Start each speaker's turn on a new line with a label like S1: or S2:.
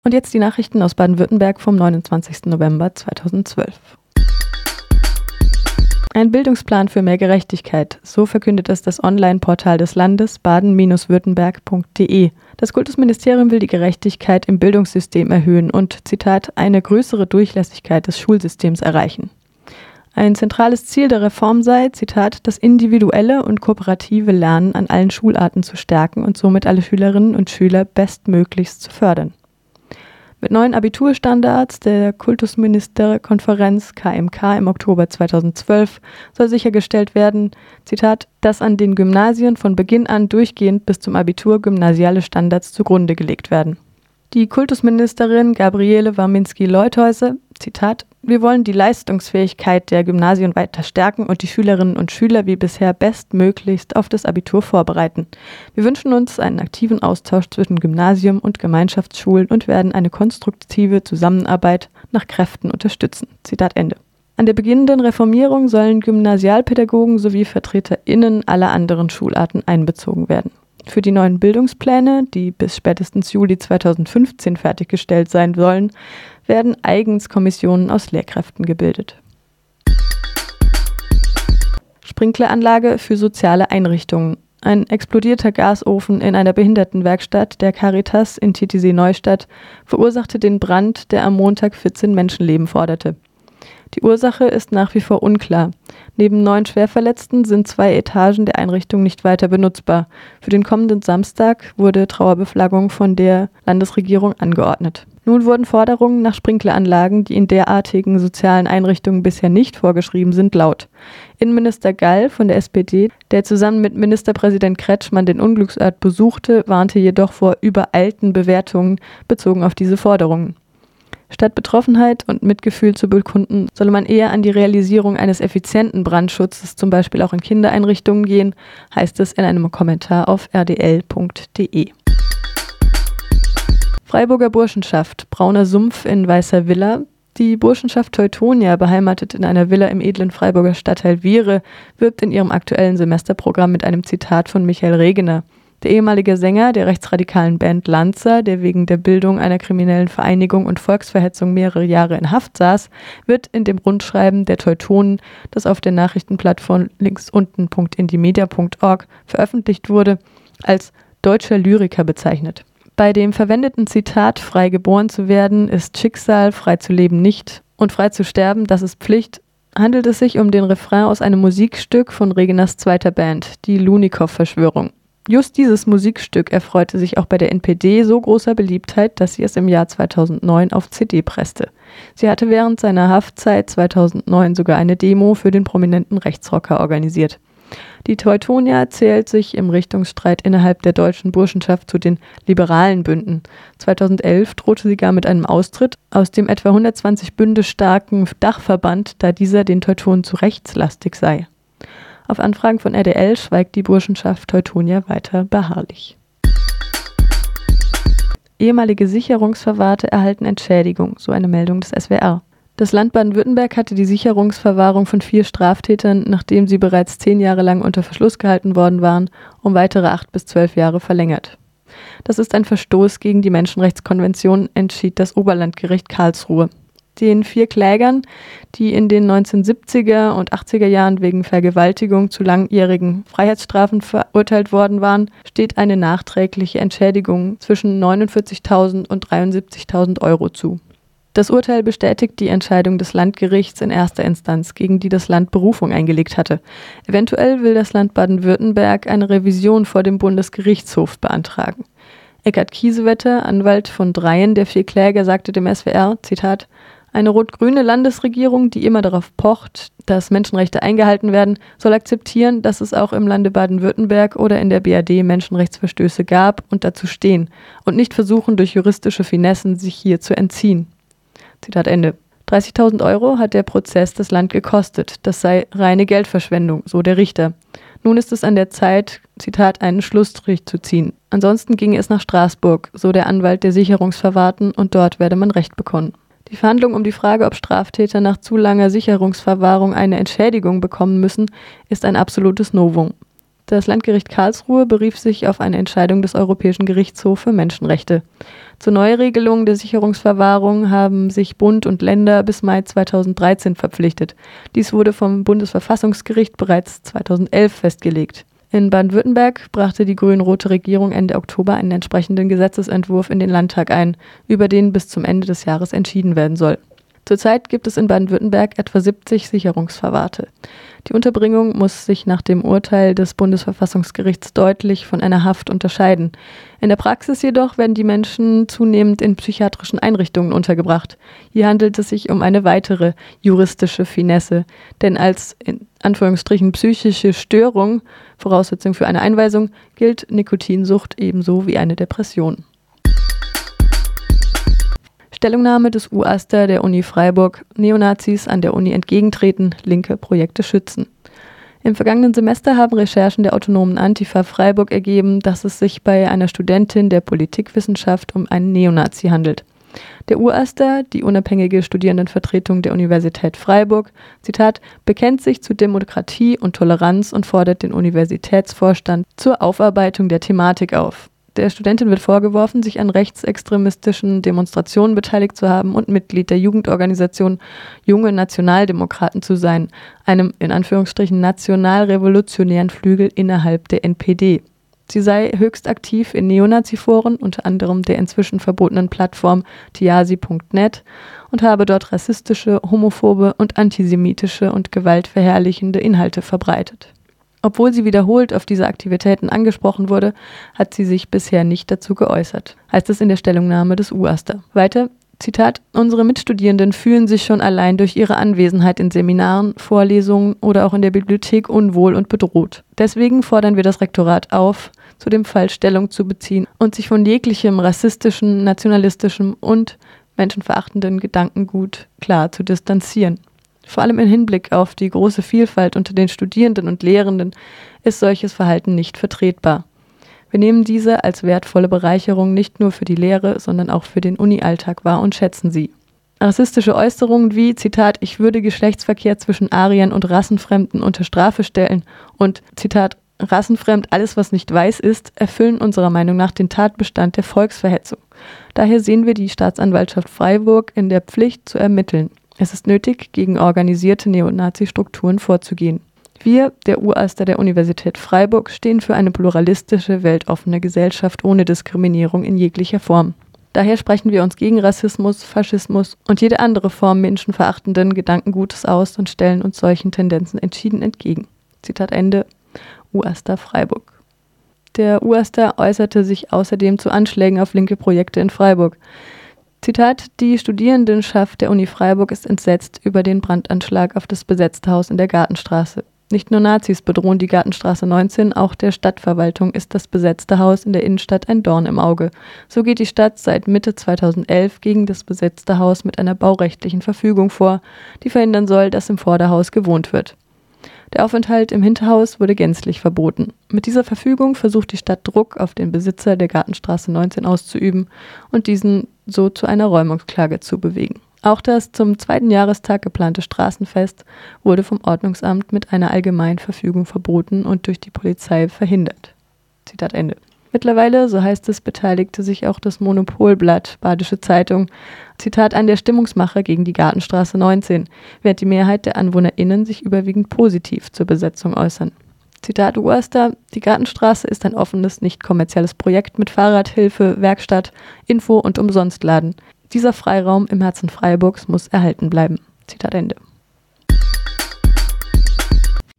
S1: Und jetzt die Nachrichten aus Baden-Württemberg vom 29. November 2012. Ein Bildungsplan für mehr Gerechtigkeit, so verkündet es das Online-Portal des Landes baden-württemberg.de. Das Kultusministerium will die Gerechtigkeit im Bildungssystem erhöhen und, Zitat, eine größere Durchlässigkeit des Schulsystems erreichen. Ein zentrales Ziel der Reform sei, Zitat, das individuelle und kooperative Lernen an allen Schularten zu stärken und somit alle Schülerinnen und Schüler bestmöglichst zu fördern. Mit neuen Abiturstandards der Kultusministerkonferenz KMK im Oktober 2012 soll sichergestellt werden, Zitat, dass an den Gymnasien von Beginn an durchgehend bis zum Abitur gymnasiale Standards zugrunde gelegt werden. Die Kultusministerin Gabriele Warminski-Leutheuse, Zitat, wir wollen die Leistungsfähigkeit der Gymnasien weiter stärken und die Schülerinnen und Schüler wie bisher bestmöglichst auf das Abitur vorbereiten. Wir wünschen uns einen aktiven Austausch zwischen Gymnasium und Gemeinschaftsschulen und werden eine konstruktive Zusammenarbeit nach Kräften unterstützen. Zitat Ende. An der beginnenden Reformierung sollen Gymnasialpädagogen sowie VertreterInnen aller anderen Schularten einbezogen werden. Für die neuen Bildungspläne, die bis spätestens Juli 2015 fertiggestellt sein sollen, werden eigens Kommissionen aus Lehrkräften gebildet. Sprinkleranlage für soziale Einrichtungen. Ein explodierter Gasofen in einer Behindertenwerkstatt der Caritas in Titisee-Neustadt verursachte den Brand, der am Montag 14 Menschenleben forderte. Die Ursache ist nach wie vor unklar. Neben 9 Schwerverletzten sind 2 Etagen der Einrichtung nicht weiter benutzbar. Für den kommenden Samstag wurde Trauerbeflaggung von der Landesregierung angeordnet. Nun wurden Forderungen nach Sprinkleranlagen, die in derartigen sozialen Einrichtungen bisher nicht vorgeschrieben sind, laut. Innenminister Gall von der SPD, der zusammen mit Ministerpräsident Kretschmann den Unglücksort besuchte, warnte jedoch vor übereilten Bewertungen bezogen auf diese Forderungen. Statt Betroffenheit und Mitgefühl zu bekunden, solle man eher an die Realisierung eines effizienten Brandschutzes, zum Beispiel auch in Kindereinrichtungen, gehen, heißt es in einem Kommentar auf rdl.de. Freiburger Burschenschaft, Brauner Sumpf in Weißer Villa. Die Burschenschaft Teutonia, beheimatet in einer Villa im edlen Freiburger Stadtteil Viere, wirbt in ihrem aktuellen Semesterprogramm mit einem Zitat von Michael Regener. Der ehemalige Sänger der rechtsradikalen Band Lanza, der wegen der Bildung einer kriminellen Vereinigung und Volksverhetzung mehrere Jahre in Haft saß, wird in dem Rundschreiben der Teutonen, das auf der Nachrichtenplattform linksunten.indimedia.org veröffentlicht wurde, als deutscher Lyriker bezeichnet. Bei dem verwendeten Zitat „Frei geboren zu werden ist Schicksal, frei zu leben nicht und frei zu sterben, das ist Pflicht“ handelt es sich um den Refrain aus einem Musikstück von Regeners zweiter Band, die Lunikow-Verschwörung. Just dieses Musikstück erfreute sich auch bei der NPD so großer Beliebtheit, dass sie es im Jahr 2009 auf CD presste. Sie hatte während seiner Haftzeit 2009 sogar eine Demo für den prominenten Rechtsrocker organisiert. Die Teutonia zählt sich im Richtungsstreit innerhalb der deutschen Burschenschaft zu den liberalen Bünden. 2011 drohte sie gar mit einem Austritt aus dem etwa 120 Bünde starken Dachverband, da dieser den Teutonen zu rechtslastig sei. Auf Anfragen von RDL schweigt die Burschenschaft Teutonia weiter beharrlich. Ehemalige Sicherungsverwahrte erhalten Entschädigung, so eine Meldung des SWR. Das Land Baden-Württemberg hatte die Sicherungsverwahrung von 4 Straftätern, nachdem sie bereits 10 Jahre lang unter Verschluss gehalten worden waren, um weitere 8 bis 12 Jahre verlängert. Das ist ein Verstoß gegen die Menschenrechtskonvention, entschied das Oberlandgericht Karlsruhe. Den 4 Klägern, die in den 1970er und 80er Jahren wegen Vergewaltigung zu langjährigen Freiheitsstrafen verurteilt worden waren, steht eine nachträgliche Entschädigung zwischen 49.000 und 73.000 Euro zu. Das Urteil bestätigt die Entscheidung des Landgerichts in erster Instanz, gegen die das Land Berufung eingelegt hatte. Eventuell will das Land Baden-Württemberg eine Revision vor dem Bundesgerichtshof beantragen. Eckhard Kiesewetter, Anwalt von 3 der 4 Kläger, sagte dem SWR, Zitat, eine rot-grüne Landesregierung, die immer darauf pocht, dass Menschenrechte eingehalten werden, soll akzeptieren, dass es auch im Lande Baden-Württemberg oder in der BRD Menschenrechtsverstöße gab und dazu stehen und nicht versuchen, durch juristische Finessen sich hier zu entziehen. Zitat Ende. 30.000 Euro hat der Prozess das Land gekostet. Das sei reine Geldverschwendung, so der Richter. Nun ist es an der Zeit, Zitat, einen Schlussstrich zu ziehen. Ansonsten ginge es nach Straßburg, so der Anwalt der Sicherungsverwahrten, und dort werde man Recht bekommen. Die Verhandlung um die Frage, ob Straftäter nach zu langer Sicherungsverwahrung eine Entschädigung bekommen müssen, ist ein absolutes Novum. Das Landgericht Karlsruhe berief sich auf eine Entscheidung des Europäischen Gerichtshofs für Menschenrechte. Zur Neuregelung der Sicherungsverwahrung haben sich Bund und Länder bis Mai 2013 verpflichtet. Dies wurde vom Bundesverfassungsgericht bereits 2011 festgelegt. In Baden-Württemberg brachte die grün-rote Regierung Ende Oktober einen entsprechenden Gesetzesentwurf in den Landtag ein, über den bis zum Ende des Jahres entschieden werden soll. Zurzeit gibt es in Baden-Württemberg etwa 70 Sicherungsverwahrte. Die Unterbringung muss sich nach dem Urteil des Bundesverfassungsgerichts deutlich von einer Haft unterscheiden. In der Praxis jedoch werden die Menschen zunehmend in psychiatrischen Einrichtungen untergebracht. Hier handelt es sich um eine weitere juristische Finesse, denn als in Anführungsstrichen psychische Störung, Voraussetzung für eine Einweisung, gilt Nikotinsucht ebenso wie eine Depression. Stellungnahme des UAStA der Uni Freiburg: Neonazis an der Uni entgegentreten, linke Projekte schützen. Im vergangenen Semester haben Recherchen der autonomen Antifa Freiburg ergeben, dass es sich bei einer Studentin der Politikwissenschaft um einen Neonazi handelt. Der UAStA, die unabhängige Studierendenvertretung der Universität Freiburg, Zitat, bekennt sich zu Demokratie und Toleranz und fordert den Universitätsvorstand zur Aufarbeitung der Thematik auf. Der Studentin wird vorgeworfen, sich an rechtsextremistischen Demonstrationen beteiligt zu haben und Mitglied der Jugendorganisation Junge Nationaldemokraten zu sein, einem in Anführungsstrichen nationalrevolutionären Flügel innerhalb der NPD. Sie sei höchst aktiv in Neonazi-Foren, unter anderem der inzwischen verbotenen Plattform tiasi.net, und habe dort rassistische, homophobe und antisemitische und gewaltverherrlichende Inhalte verbreitet. Obwohl sie wiederholt auf diese Aktivitäten angesprochen wurde, hat sie sich bisher nicht dazu geäußert, heißt es in der Stellungnahme des UAStA. Weiter, Zitat, unsere Mitstudierenden fühlen sich schon allein durch ihre Anwesenheit in Seminaren, Vorlesungen oder auch in der Bibliothek unwohl und bedroht. Deswegen fordern wir das Rektorat auf, zu dem Fall Stellung zu beziehen und sich von jeglichem rassistischen, nationalistischem und menschenverachtenden Gedankengut klar zu distanzieren. Vor allem im Hinblick auf die große Vielfalt unter den Studierenden und Lehrenden ist solches Verhalten nicht vertretbar. Wir nehmen diese als wertvolle Bereicherung nicht nur für die Lehre, sondern auch für den Uni-Alltag wahr und schätzen sie. Rassistische Äußerungen wie, Zitat, ich würde Geschlechtsverkehr zwischen Ariern und Rassenfremden unter Strafe stellen und, Zitat, rassenfremd alles, was nicht weiß ist, erfüllen unserer Meinung nach den Tatbestand der Volksverhetzung. Daher sehen wir die Staatsanwaltschaft Freiburg in der Pflicht zu ermitteln. Es ist nötig, gegen organisierte Neonazi-Strukturen vorzugehen. Wir, der UAStA der Universität Freiburg, stehen für eine pluralistische, weltoffene Gesellschaft ohne Diskriminierung in jeglicher Form. Daher sprechen wir uns gegen Rassismus, Faschismus und jede andere Form menschenverachtenden Gedankengutes aus und stellen uns solchen Tendenzen entschieden entgegen. Zitat Ende, UAStA Freiburg. Der UAStA äußerte sich außerdem zu Anschlägen auf linke Projekte in Freiburg. Zitat, die Studierendenschaft der Uni Freiburg ist entsetzt über den Brandanschlag auf das besetzte Haus in der Gartenstraße. Nicht nur Nazis bedrohen die Gartenstraße 19, auch der Stadtverwaltung ist das besetzte Haus in der Innenstadt ein Dorn im Auge. So geht die Stadt seit Mitte 2011 gegen das besetzte Haus mit einer baurechtlichen Verfügung vor, die verhindern soll, dass im Vorderhaus gewohnt wird. Der Aufenthalt im Hinterhaus wurde gänzlich verboten. Mit dieser Verfügung versucht die Stadt Druck auf den Besitzer der Gartenstraße 19 auszuüben und diesen so zu einer Räumungsklage zu bewegen. Auch das zum 2. Jahrestag geplante Straßenfest wurde vom Ordnungsamt mit einer Allgemeinverfügung verboten und durch die Polizei verhindert. Zitat Ende. Mittlerweile, so heißt es, beteiligte sich auch das Monopolblatt Badische Zeitung, Zitat, an der Stimmungsmache gegen die Gartenstraße 19, während die Mehrheit der AnwohnerInnen sich überwiegend positiv zur Besetzung äußern. Zitat UAStA, die Gartenstraße ist ein offenes, nicht kommerzielles Projekt mit Fahrradhilfe, Werkstatt, Info- und Umsonstladen. Dieser Freiraum im Herzen Freiburgs muss erhalten bleiben. Zitat Ende.